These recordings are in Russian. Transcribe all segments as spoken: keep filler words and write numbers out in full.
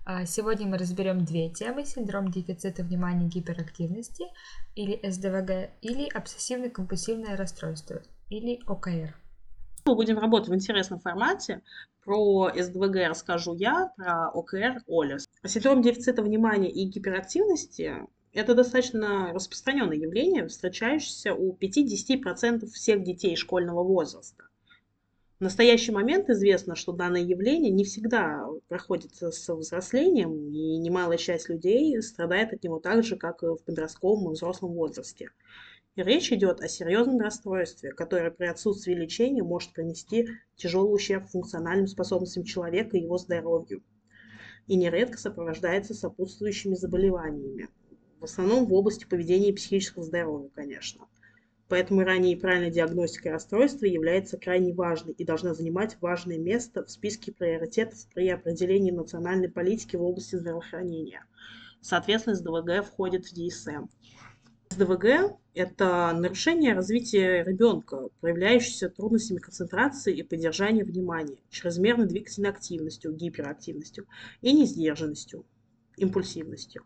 А, Сегодня мы разберем две темы: синдром дефицита внимания и гиперактивности, или эс дэ вэ гэ, или обсессивно-компульсивное расстройство, или о ка эр. Мы будем работать в интересном формате. Про эс дэ вэ гэ расскажу я, про о ка эр Оля. Синдром дефицита внимания и гиперактивности– это достаточно распространенное явление, встречающееся у пяти-десяти процентов всех детей школьного возраста. В настоящий момент известно, что данное явление не всегда проходит со взрослением, и немалая часть людей страдает от него так же, как и в подростковом и взрослом возрасте. И речь идет о серьезном расстройстве, которое при отсутствии лечения может принести тяжелый ущерб функциональным способностям человека и его здоровью. И нередко сопровождается сопутствующими заболеваниями. В основном в области поведения и психического здоровья, конечно. Поэтому ранняя и правильная диагностика расстройства является крайне важной и должна занимать важное место в списке приоритетов при определении национальной политики в области здравоохранения. Соответственно, эс дэ вэ гэ входит в ди эс эм. эс дэ вэ гэ– это нарушение развития ребенка, проявляющееся трудностями концентрации и поддержания внимания, чрезмерной двигательной активностью, гиперактивностью и несдержанностью, импульсивностью.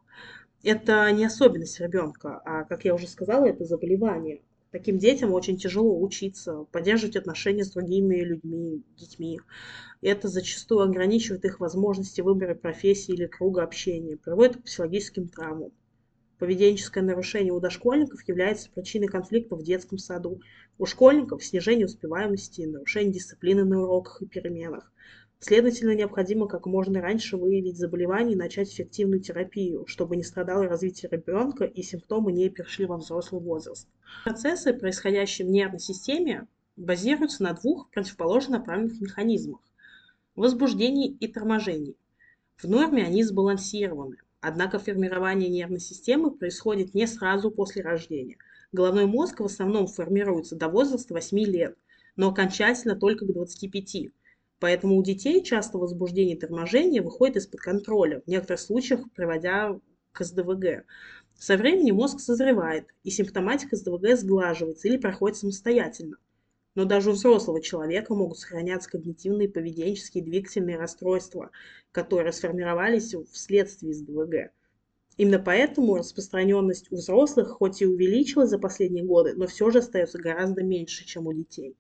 Это не особенность ребенка, а, как я уже сказала, это заболевание. Таким детям очень тяжело учиться, поддерживать отношения с другими людьми, детьми. Это зачастую ограничивает их возможности выбора профессии или круга общения, приводит к психологическим травмам. Поведенческое нарушение у дошкольников является причиной конфликтов в детском саду. У школьников снижение успеваемости, нарушение дисциплины на уроках и переменах. Следовательно, необходимо как можно раньше выявить заболевание и начать эффективную терапию, чтобы не страдало развитие ребенка и симптомы не перешли во взрослый возраст. Процессы, происходящие в нервной системе, базируются на двух противоположно направленных механизмах– возбуждении и торможении. В норме они сбалансированы. Однако формирование нервной системы происходит не сразу после рождения. Головной мозг в основном формируется до возраста восьми лет, но окончательно только к двадцати пяти. Поэтому у детей часто возбуждение и торможение выходит из-под контроля, в некоторых случаях приводя к эс дэ вэ гэ. Со временем мозг созревает, и симптоматика эс дэ вэ гэ сглаживается или проходит самостоятельно. Но даже у взрослого человека могут сохраняться когнитивные, поведенческие и двигательные расстройства, которые сформировались вследствие эс дэ вэ гэ. Именно поэтому распространенность у взрослых хоть и увеличилась за последние годы, но все же остается гораздо меньше, чем у детей.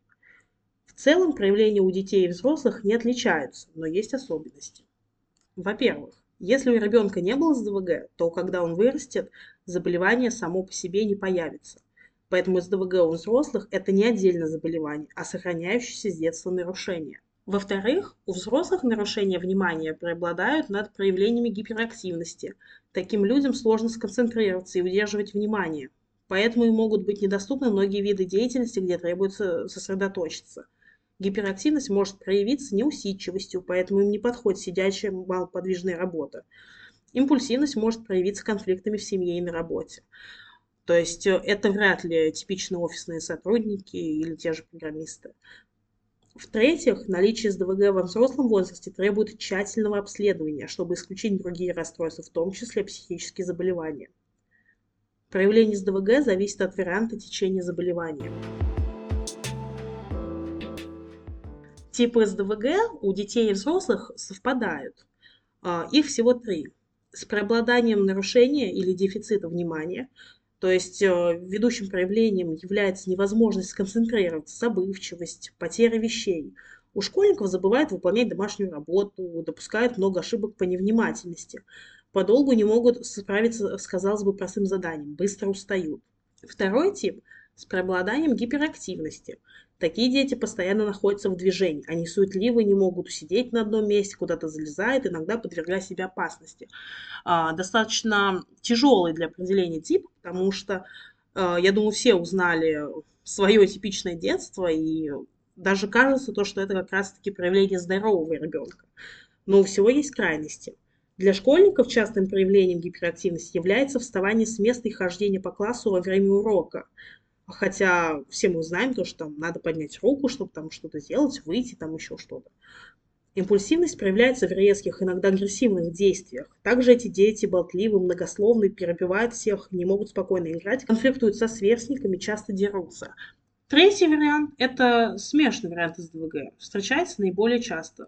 В целом проявления у детей и взрослых не отличаются, но есть особенности. Во-первых, если у ребенка не было эс дэ вэ гэ, то когда он вырастет, заболевание само по себе не появится. Поэтому эс дэ вэ гэ у взрослых– это не отдельное заболевание, а сохраняющееся с детства нарушение. Во-вторых, у взрослых нарушения внимания преобладают над проявлениями гиперактивности. Таким людям сложно сконцентрироваться и удерживать внимание. Поэтому им могут быть недоступны многие виды деятельности, где требуется сосредоточиться. Гиперактивность может проявиться неусидчивостью, поэтому им не подходит сидячая малоподвижная работа. Импульсивность может проявиться конфликтами в семье и на работе. То есть э, это вряд ли типичные офисные сотрудники или те же программисты. В-третьих, наличие эс дэ вэ гэ во взрослом возрасте требует тщательного обследования, чтобы исключить другие расстройства, в том числе психические заболевания. Проявление эс дэ вэ гэ зависит от варианта течения заболевания. Типы эс дэ вэ гэ у детей и взрослых совпадают. А, Их всего три. С преобладанием нарушения или дефицита внимания, то есть э, ведущим проявлением является невозможность сконцентрироваться, забывчивость, потеря вещей. У школьников забывают выполнять домашнюю работу, допускают много ошибок по невнимательности. Подолгу не могут справиться с, казалось бы, простым заданием, быстро устают. Второй тип– с преобладанием гиперактивности. Такие дети постоянно находятся в движении. Они суетливы, не могут усидеть на одном месте, куда-то залезают, иногда подвергая себя опасности. А, достаточно тяжелый для определения тип, потому что, а, я думаю, все узнали свое типичное детство, и даже кажется то, что это как раз-таки проявление здорового ребенка. Но у всего есть крайности. Для школьников частым проявлением гиперактивности является вставание с места и хождение по классу во время урока. Хотя все мы знаем то, что там надо поднять руку, чтобы там что-то сделать, выйти, там еще что-то. Импульсивность проявляется в резких, иногда агрессивных действиях. Также эти дети болтливы, многословны, перебивают всех, не могут спокойно играть, конфликтуют со сверстниками, часто дерутся. Третий вариант– это смешанный вариант эс дэ вэ гэ. Встречается наиболее часто.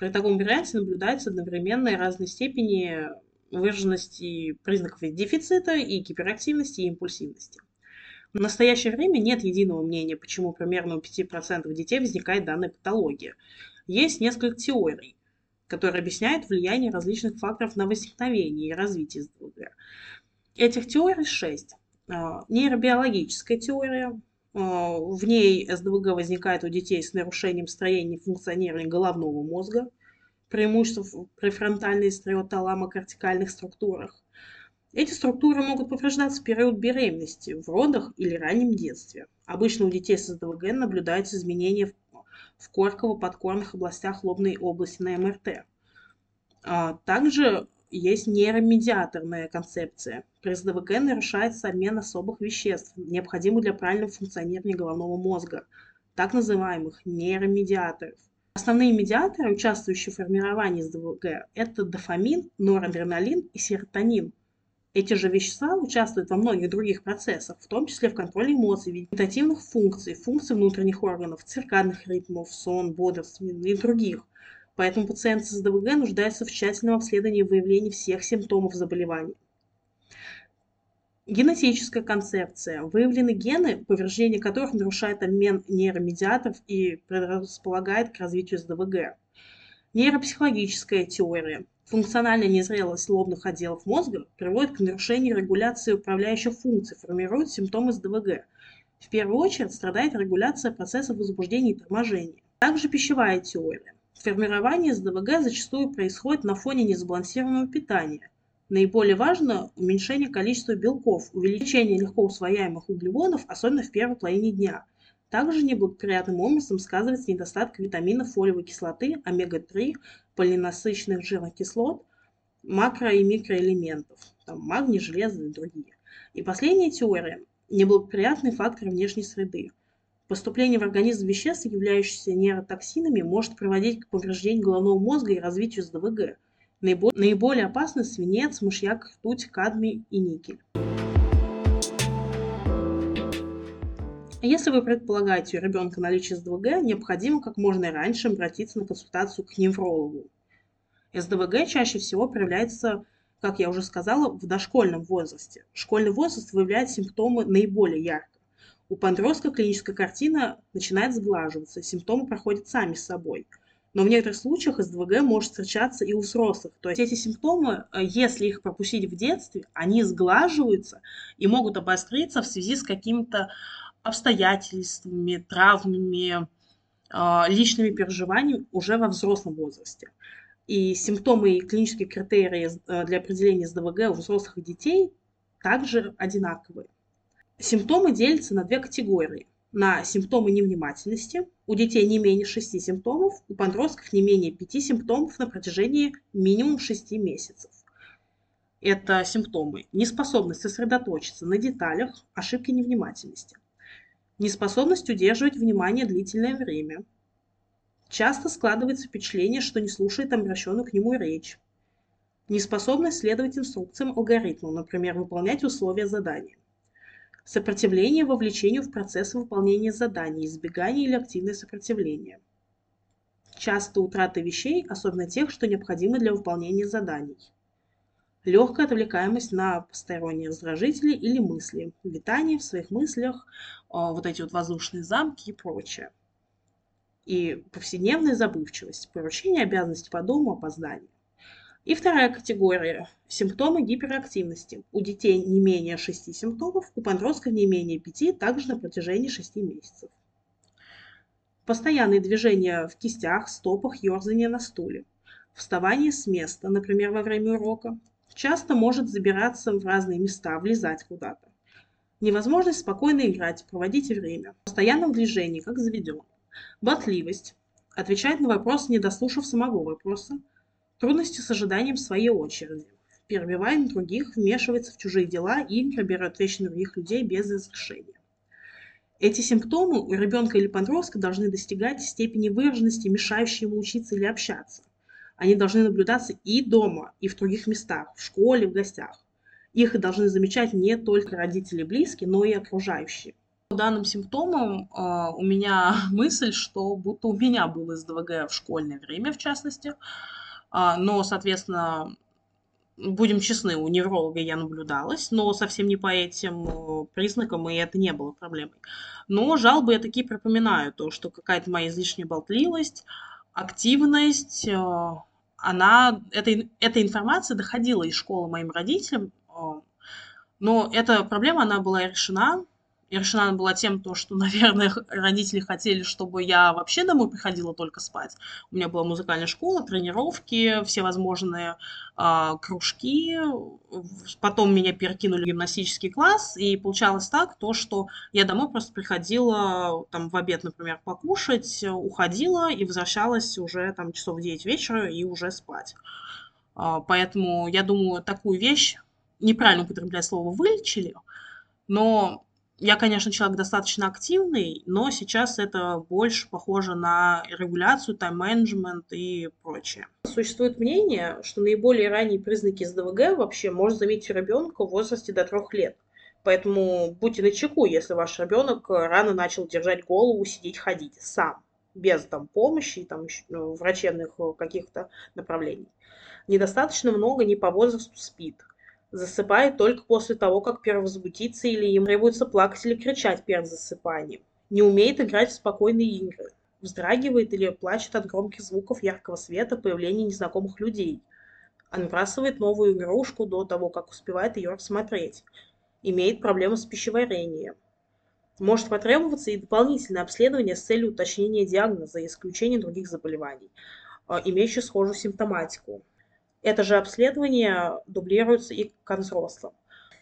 При таком варианте наблюдается одновременная разной степени выраженности признаков дефицита и гиперактивности и импульсивности. В настоящее время нет единого мнения, почему примерно у пяти процентов детей возникает данная патология. Есть несколько теорий, которые объясняют влияние различных факторов на возникновение и развитие СДВГ. Этих теорий шесть. Нейробиологическая теория. В ней СДВГ возникает у детей с нарушением строения и функционирования головного мозга, преимущество в префронтальной и стереоталамо-кортикальных структурах. Эти структуры могут повреждаться в период беременности, в родах или раннем детстве. Обычно у детей с СДВГ наблюдаются изменения в корково-подкорных областях лобной области на эм эр тэ. Также есть нейромедиаторная концепция. При СДВГ нарушается обмен особых веществ, необходимых для правильного функционирования головного мозга, так называемых нейромедиаторов. Основные медиаторы, участвующие в формировании СДВГ, это дофамин, норадреналин и серотонин. Эти же вещества участвуют во многих других процессах, в том числе в контроле эмоций, вегетативных функций, функций внутренних органов, циркадных ритмов, сон, бодрствования и других. Поэтому пациент с СДВГ нуждается в тщательном обследовании и выявлении всех симптомов заболевания. Генетическая концепция. Выявлены гены, повреждение которых нарушает обмен нейромедиаторов и предрасполагает к развитию СДВГ. Нейропсихологическая теория. Функциональная незрелость лобных отделов мозга приводит к нарушению регуляции управляющих функций, формирует симптомы СДВГ. В первую очередь страдает регуляция процессов возбуждения и торможения. Также пищевая теория. Формирование СДВГ зачастую происходит на фоне несбалансированного питания. Наиболее важно уменьшение количества белков, увеличение легко усвояемых углеводов, особенно в первой половине дня. Также неблагоприятным образом сказывается недостаток витаминов, фолиевой кислоты, омега три, полиненасыщенных жирных кислот, макро- и микроэлементов, там, магний, железо и другие. И последняя теория – неблагоприятные факторы внешней среды. Поступление в организм веществ, являющихся нейротоксинами, может приводить к повреждению головного мозга и развитию СДВГ. Наиболее, наиболее опасны свинец, мышьяк, ртуть, кадмий и никель. Если вы предполагаете у ребенка наличие СДВГ, необходимо как можно раньше обратиться на консультацию к неврологу. СДВГ чаще всего проявляется, как я уже сказала, в дошкольном возрасте. Школьный возраст выявляет симптомы наиболее ярко. У подростка клиническая картина начинает сглаживаться, симптомы проходят сами с собой. Но в некоторых случаях СДВГ может встречаться и у взрослых. То есть эти симптомы, если их пропустить в детстве, они сглаживаются и могут обостриться в связи с какими-то обстоятельствами, травмами, личными переживаниями уже во взрослом возрасте. И симптомы и клинические критерии для определения СДВГ у взрослых и детей также одинаковые. Симптомы делятся на две категории. На симптомы невнимательности. У детей не менее шести симптомов, у подростков не менее пяти симптомов на протяжении минимум шести месяцев. Это симптомы: неспособность сосредоточиться на деталях, ошибки невнимательности, неспособность удерживать внимание длительное время. Часто складывается впечатление, что не слушает обращенную к нему речь. Неспособность следовать инструкциям, алгоритмам, например, выполнять условия задания. Сопротивление вовлечению в процесс выполнения заданий, избегание или активное сопротивление. Часто утрата вещей, особенно тех, что необходимы для выполнения заданий. Легкая отвлекаемость на посторонние раздражители или мысли, витание в своих мыслях, вот эти вот воздушные замки и прочее. И повседневная забывчивость, поручение обязанностей по дому, опоздание. И вторая категория – симптомы гиперактивности. У детей не менее шести симптомов, у подростков не менее пяти, также на протяжении шести месяцев. Постоянные движения в кистях, стопах, ерзание на стуле. Вставание с места, например, во время урока. Часто может забираться в разные места, влезать куда-то. Невозможность спокойно играть, проводить время. Постоянно в движении, как заведенный. Болтливость. Отвечать на вопросы, не дослушав самого вопроса. Трудности с ожиданием своей очереди. Перебивает других, вмешивается в чужие дела и берет вещи других людей без разрешения. Эти симптомы у ребенка или подростка должны достигать степени выраженности, мешающей ему учиться или общаться. Они должны наблюдаться и дома, и в других местах, в школе, в гостях. Их должны замечать не только родители и близкие, но и окружающие. По данным симптомам а, у меня мысль, что будто у меня был СДВГ в школьное время, в частности. А, но, соответственно, будем честны, у невролога я наблюдалась, но совсем не по этим э, признакам, и это не было проблемой. Но жалобы я такие припоминаю, то, что какая-то моя излишняя болтливость, активность, э, она, эта, эта информация доходила из школы моим родителям, э, но эта проблема, она была решена. И решена она была тем, то, что, наверное, х- родители хотели, чтобы я вообще домой приходила только спать. У меня была музыкальная школа, тренировки, все возможные а, кружки. В- Потом меня перекинули в гимнастический класс, и получалось так, то, что я домой просто приходила там в обед, например, покушать, уходила и возвращалась уже там часов в девять вечера и уже спать. А, Поэтому я думаю, такую вещь, неправильно употребляя слово «вылечили», но я, конечно, человек достаточно активный, но сейчас это больше похоже на регуляцию, тайм-менеджмент и прочее. Существует мнение, что наиболее ранние признаки СДВГ вообще можно заметить у ребенка в возрасте до трех лет. Поэтому будьте начеку, если ваш ребенок рано начал держать голову, сидеть, ходить сам, без там, помощи, там, ещё, ну, врачебных э, каких-то направлений. Недостаточно много не по возрасту спит. Засыпает только после того, как перевозбудится или ему требуется плакать или кричать перед засыпанием. Не умеет играть в спокойные игры. Вздрагивает или плачет от громких звуков, яркого света, появления незнакомых людей. Отбрасывает новую игрушку до того, как успевает ее рассмотреть. Имеет проблемы с пищеварением. Может потребоваться и дополнительное обследование с целью уточнения диагноза и исключения других заболеваний, а, имеющих схожую симптоматику. Это же обследование дублируется и к взрослым.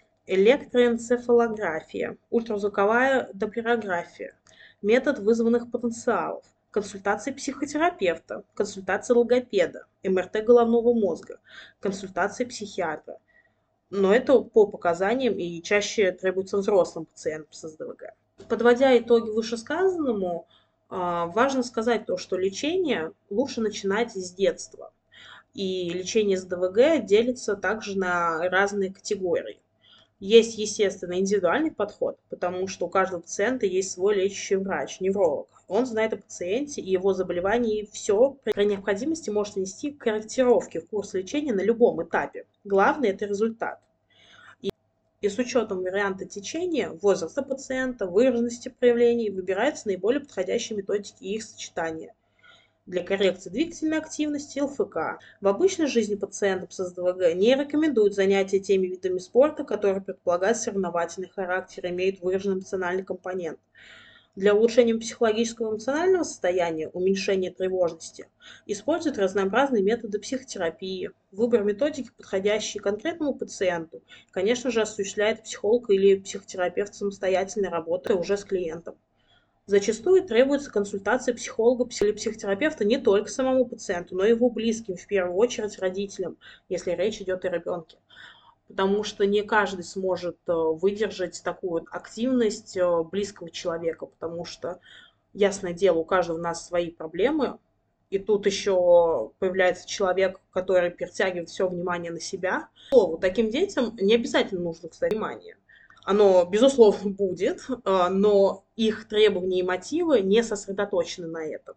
Электроэнцефалография, ультразвуковая доплерография, метод вызванных потенциалов, консультация психотерапевта, консультация логопеда, МРТ головного мозга, консультация психиатра. Но это по показаниям и чаще требуется взрослым пациентам с СДВГ. Подводя итоги вышесказанному, а, важно сказать то, что лечение лучше начинать с детства. И лечение СДВГ делится также на разные категории. Есть, естественно, индивидуальный подход, потому что у каждого пациента есть свой лечащий врач, невролог. Он знает о пациенте и его заболевании, и все при необходимости может внести корректировки в курс лечения на любом этапе. Главное – это результат. И, и с учетом варианта течения, возраста пациента, выраженности проявлений выбираются наиболее подходящие методики и их сочетания для коррекции двигательной активности ЛФК. В обычной жизни пациентам с СДВГ не рекомендуют занятия теми видами спорта, которые предполагают соревновательный характер и имеют выраженный эмоциональный компонент. Для улучшения психологического и эмоционального состояния, уменьшения тревожности, используют разнообразные методы психотерапии. Выбор методики, подходящей конкретному пациенту, конечно же, осуществляет психолог или психотерапевт самостоятельно, работая уже с клиентом. Зачастую требуется консультация психолога или психотерапевта не только самому пациенту, но и его близким, в первую очередь родителям, если речь идет о ребенке. Потому что не каждый сможет э, выдержать такую вот активность э, близкого человека, потому что, ясное дело, у каждого у нас свои проблемы, и тут еще появляется человек, который перетягивает все внимание на себя. К слову, таким детям не обязательно нужно, кстати, внимание. Оно, безусловно, будет, а, но их требования и мотивы не сосредоточены на этом.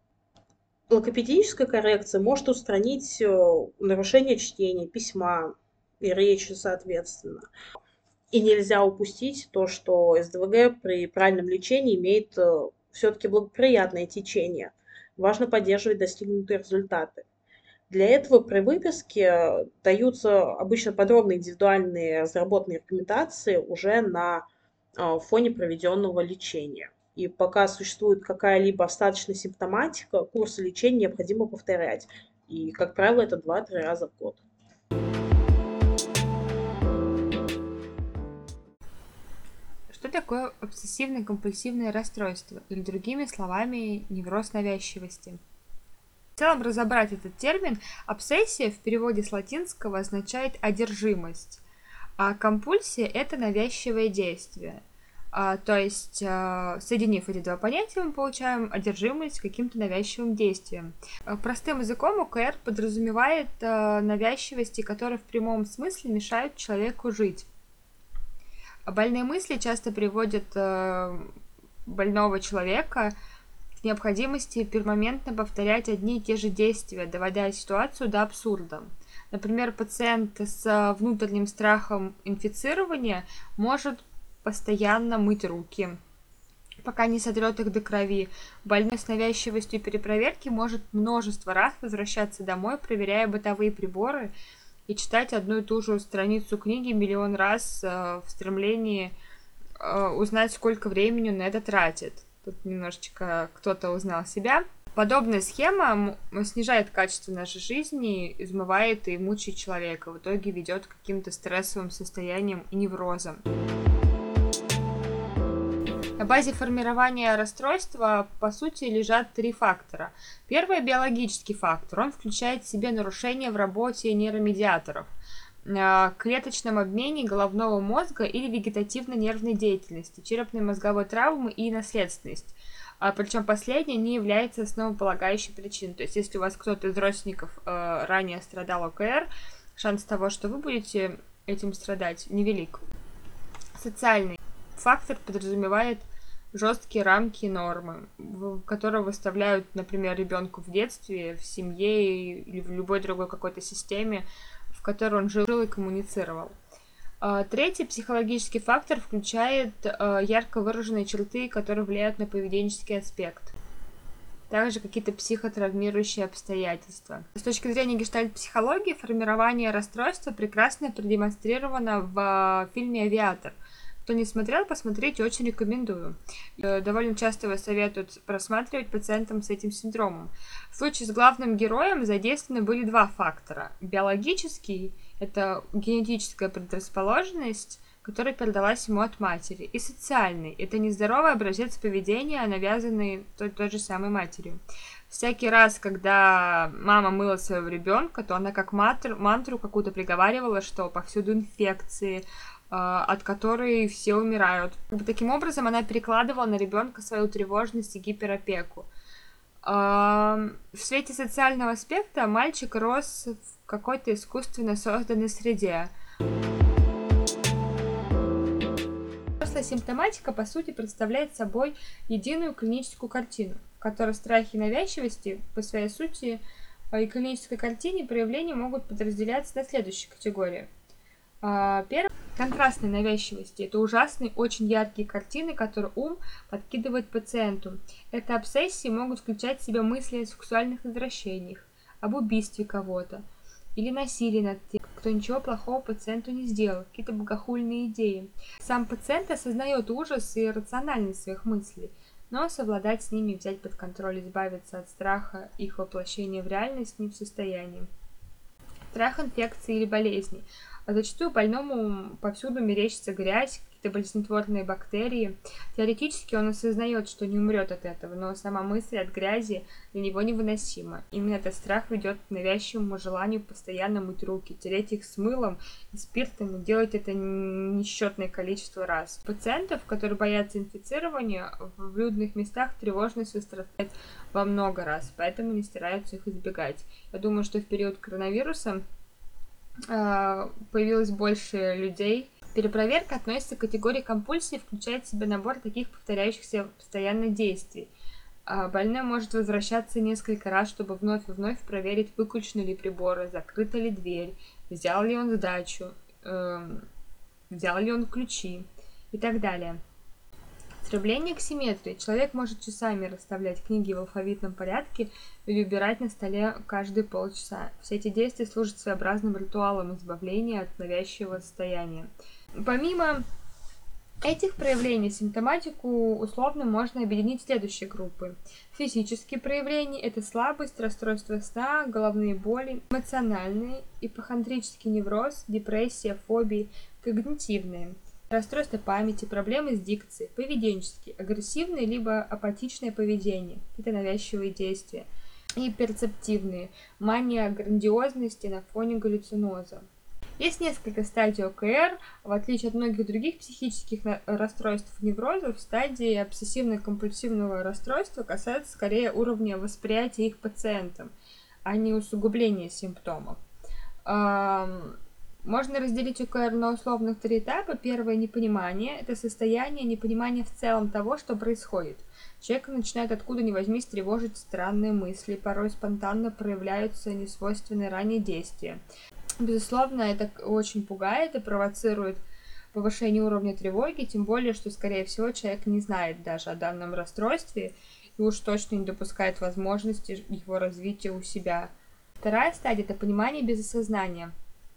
Логопедическая коррекция может устранить э, нарушение чтения, письма и речи, соответственно. И нельзя упустить то, что СДВГ при правильном лечении имеет э, все-таки благоприятное течение. Важно поддерживать достигнутые результаты. Для этого при выписке даются обычно подробные индивидуальные разработанные рекомендации уже на а, фоне проведенного лечения. И пока существует какая-либо остаточная симптоматика, курсы лечения необходимо повторять. И, как правило, это два-три раза в год. Что такое обсессивно-компульсивное расстройство, или другими словами, невроз навязчивости? В целом разобрать этот термин, обсессия в переводе с латинского означает одержимость, а компульсия – это навязчивое действие. А, то есть, а, соединив эти два понятия, мы получаем одержимость каким-то навязчивым действием. А, простым языком ОКР подразумевает а, навязчивости, которые в прямом смысле мешают человеку жить. А больные мысли часто приводят э, больного человека к необходимости перманентно повторять одни и те же действия, доводя ситуацию до абсурда. Например, пациент с внутренним страхом инфицирования может постоянно мыть руки, пока не сотрет их до крови. Больной с навязчивостью перепроверки может множество раз возвращаться домой, проверяя бытовые приборы, и читать одну и ту же страницу книги миллион раз э, в стремлении э, узнать, сколько времени он на это тратит. Тут немножечко кто-то узнал себя. Подобная схема снижает качество нашей жизни, измывает и мучает человека, в итоге ведет к каким-то стрессовым состояниям и неврозам. На базе формирования расстройства, по сути, лежат три фактора. Первый – биологический фактор. Он включает в себя нарушения в работе нейромедиаторов, клеточном обмене головного мозга или вегетативно-нервной деятельности, черепной мозговой травмы и наследственность. Причем последняя не является основополагающей причиной. То есть, если у вас кто-то из родственников э, ранее страдал ОКР, шанс того, что вы будете этим страдать, невелик. Социальный фактор подразумевает жесткие рамки и нормы, которые выставляют, например, ребенку в детстве, в семье или в любой другой какой-то системе, в которой он жил и коммуницировал. Третий психологический фактор включает ярко выраженные черты, которые влияют на поведенческий аспект. Также какие-то психотравмирующие обстоятельства. С точки зрения гештальт-психологии, формирование расстройства прекрасно продемонстрировано в фильме «Авиатор». Кто не смотрел, посмотрите, очень рекомендую. Довольно часто его советуют просматривать пациентам с этим синдромом. В случае с главным героем задействованы были два фактора. Биологический – это генетическая предрасположенность, которая передалась ему от матери. И социальный – это нездоровый образец поведения, навязанный той, той же самой матерью. Всякий раз, когда мама мыла своего ребенка, то она как мантру, мантру какую-то приговаривала, что повсюду инфекции, от которой все умирают. Таким образом, она перекладывала на ребенка свою тревожность и гиперопеку. В свете социального аспекта мальчик рос в какой-то искусственно созданной среде. Взрослая симптоматика, по сути, представляет собой единую клиническую картину, в которой страхи и навязчивости, по своей сути, и клинической картине проявления могут подразделяться на следующие категории. Первое – контрастной навязчивости. Это ужасные, очень яркие картины, которые ум подкидывает пациенту. Это обсессии могут включать в себя мысли о сексуальных извращениях, об убийстве кого-то или насилии над тем, кто ничего плохого пациенту не сделал, какие-то богохульные идеи. Сам пациент осознает ужас и рациональность своих мыслей, но совладать с ними, взять под контроль, избавиться от страха их воплощения в реальность не в состоянии. Страх инфекции или болезней. А зачастую больному повсюду мерещится грязь, какие-то болезнетворные бактерии. Теоретически он осознает, что не умрет от этого, но сама мысль от грязи для него невыносима. Именно этот страх ведет к навязчивому желанию постоянно мыть руки, тереть их с мылом и спиртом и делать это несчетное количество раз. У пациентов, которые боятся инфицирования, в людных местах тревожность возрастает во много раз, поэтому не стараются их избегать. Я думаю, что в период коронавируса появилось больше людей. Перепроверка относится к категории компульсий и включает в себя набор таких повторяющихся постоянно действий. Больной может возвращаться несколько раз, чтобы вновь и вновь проверить, выключены ли приборы, закрыта ли дверь, взял ли он сдачу, э, взял ли он ключи и так далее. Стремление к симметрии. Человек может часами расставлять книги в алфавитном порядке или убирать на столе каждые полчаса. Все эти действия служат своеобразным ритуалом избавления от навязчивого состояния. Помимо этих проявлений, симптоматику условно можно объединить в следующие группы. Физические проявления – это слабость, расстройство сна, головные боли, эмоциональные, ипохондрический невроз, депрессия, фобии, когнитивные. Расстройство памяти, проблемы с дикцией, поведенческие, агрессивные либо апатичное поведение, какие-то навязчивые действия, и перцептивные, мания грандиозности на фоне галлюциноза. Есть несколько стадий ОКР, в отличие от многих других психических расстройств неврозов, стадии обсессивно-компульсивного расстройства касаются скорее уровня восприятия их пациентом, а не усугубления симптомов. Можно разделить ОКР на условных три этапа. Первое — непонимание. Это состояние непонимания в целом того, что происходит. Человек начинает откуда ни возьмись тревожить странные мысли, порой спонтанно проявляются несвойственные ранее действия. Безусловно, это очень пугает и провоцирует повышение уровня тревоги, тем более, что, скорее всего, человек не знает даже о данном расстройстве и уж точно не допускает возможности его развития у себя. Вторая стадия — это понимание без осознания.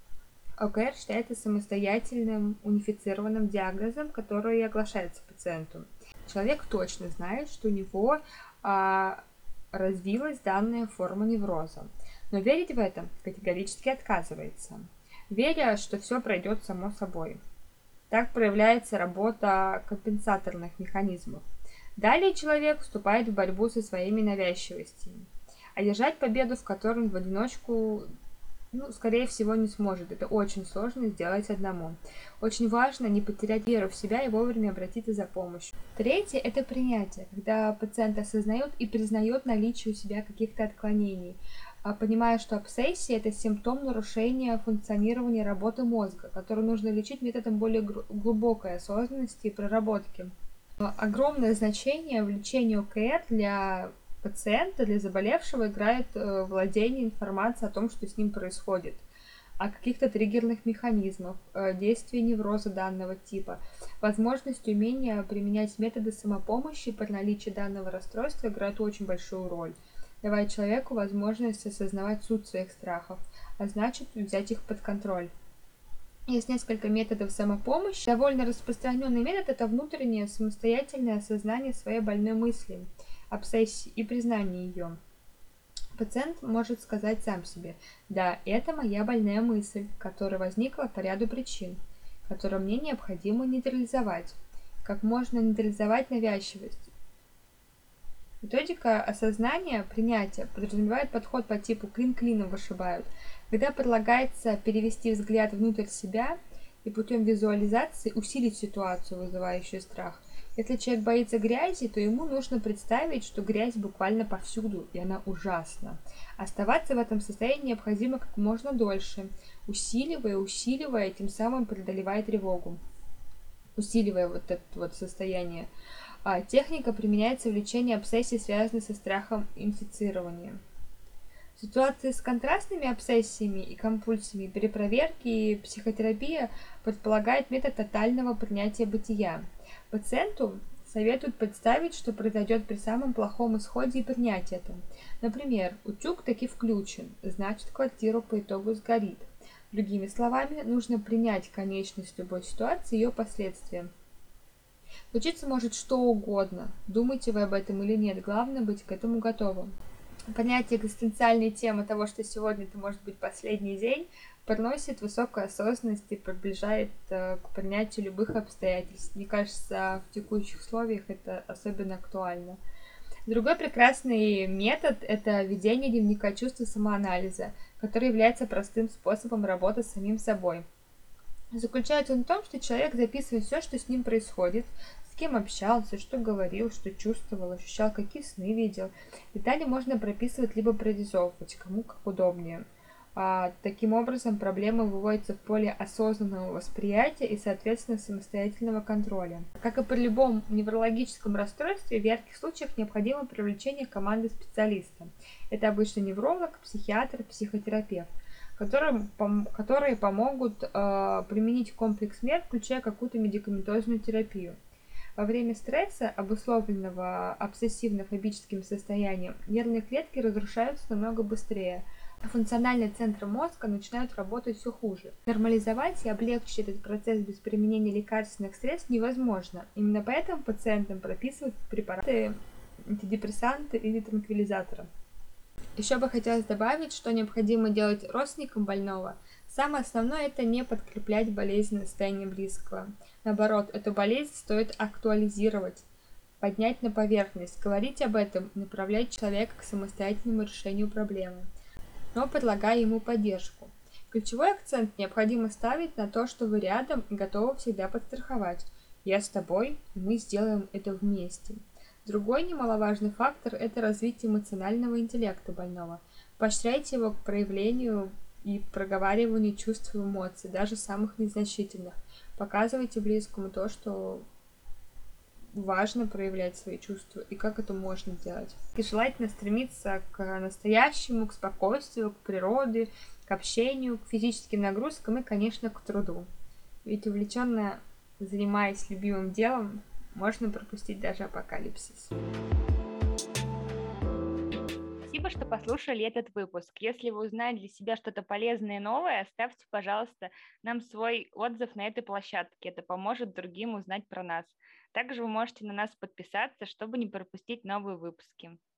ОКР считается самостоятельным унифицированным диагнозом, который оглашается пациенту. Человек точно знает, что у него а, развилась данная форма невроза, но верить в это категорически отказывается, веря, что все пройдет само собой. Так проявляется работа компенсаторных механизмов. Далее человек вступает в борьбу со своими навязчивостями. Одержать победу, в которой он в одиночку, ну, скорее всего, не сможет. Это очень сложно сделать одному. Очень важно не потерять веру в себя и вовремя обратиться за помощью. Третье — это принятие, когда пациент осознает и признает наличие у себя каких-то отклонений, понимая, что обсессия — это симптом нарушения функционирования работы мозга, который нужно лечить методом более глубокой осознанности и проработки. Огромное значение в лечении ОКР для пациента, для заболевшего играет владение информацией о том, что с ним происходит, о каких-то триггерных механизмах, действии невроза данного типа. Возможность умения применять методы самопомощи при наличии данного расстройства играет очень большую роль, давая человеку возможность осознавать суть своих страхов, а значит взять их под контроль. Есть несколько методов самопомощи. Довольно распространенный метод — это внутреннее самостоятельное осознание своей больной мысли, обсессии и признание ее. Пациент может сказать сам себе: да, это моя больная мысль, которая возникла по ряду причин, которую мне необходимо нейтрализовать. Как можно нейтрализовать навязчивость? Методика осознания, принятия подразумевает подход по типу «клин клином вышибают», когда предлагается перевести взгляд внутрь себя и путем визуализации усилить ситуацию, вызывающую страх. Если человек боится грязи, то ему нужно представить, что грязь буквально повсюду, и она ужасна. Оставаться в этом состоянии необходимо как можно дольше, усиливая, усиливая, тем самым преодолевая тревогу, усиливая вот это вот состояние. А техника применяется в лечении обсессий, связанных со страхом инфицирования. В ситуации с контрастными обсессиями и компульсиями при проверке психотерапия предполагает метод тотального принятия бытия. Пациенту советуют представить, что произойдет при самом плохом исходе, и принять это. Например, утюг таки включен, значит, квартира по итогу сгорит. Другими словами, нужно принять конечность любой ситуации и ее последствия. Случиться может что угодно, думаете вы об этом или нет, главное быть к этому готовым. Понятие экзистенциальной темы того, что сегодня это может быть последний день, приносит высокую осознанность и приближает э, к принятию любых обстоятельств. Мне кажется, в текущих условиях это особенно актуально. Другой прекрасный метод — это ведение дневника чувств и самоанализа, который является простым способом работы с самим собой. Заключается он в том, что человек записывает все, что с ним происходит, с кем общался, что говорил, что чувствовал, ощущал, какие сны видел. Детали можно прописывать либо прорисовывать, кому как удобнее. А, таким образом, проблема выводится в поле осознанного восприятия и, соответственно, самостоятельного контроля. Как и при любом неврологическом расстройстве, в ярких случаях необходимо привлечение команды специалиста. Это обычно невролог, психиатр, психотерапевт, которые, пом- которые помогут э, применить комплекс мер, включая какую-то медикаментозную терапию. Во время стресса, обусловленного обсессивно-фобическим состоянием, нервные клетки разрушаются намного быстрее, а функциональные центры мозга начинают работать все хуже. Нормализовать и облегчить этот процесс без применения лекарственных средств невозможно. Именно поэтому пациентам прописывают препараты, антидепрессанты или транквилизаторы. Еще бы хотелось добавить, что необходимо делать родственникам больного. Самое основное — это не подкреплять болезненное состояние близкого. Наоборот, эту болезнь стоит актуализировать, поднять на поверхность, говорить об этом, направлять человека к самостоятельному решению проблемы, но предлагая ему поддержку. Ключевой акцент необходимо ставить на то, что вы рядом и готовы всегда подстраховать. Я с тобой, и мы сделаем это вместе. Другой немаловажный фактор — это развитие эмоционального интеллекта больного. Поощряйте его к проявлению и проговариванию чувств и эмоций, даже самых незначительных. Показывайте близкому то, что важно проявлять свои чувства и как это можно делать. И желательно стремиться к настоящему, к спокойствию, к природе, к общению, к физическим нагрузкам и, конечно, к труду. Ведь увлеченно занимаясь любимым делом, можно пропустить даже апокалипсис. Спасибо, что послушали этот выпуск. Если вы узнали для себя что-то полезное и новое, оставьте, пожалуйста, нам свой отзыв на этой площадке. Это поможет другим узнать про нас. Также вы можете на нас подписаться, чтобы не пропустить новые выпуски.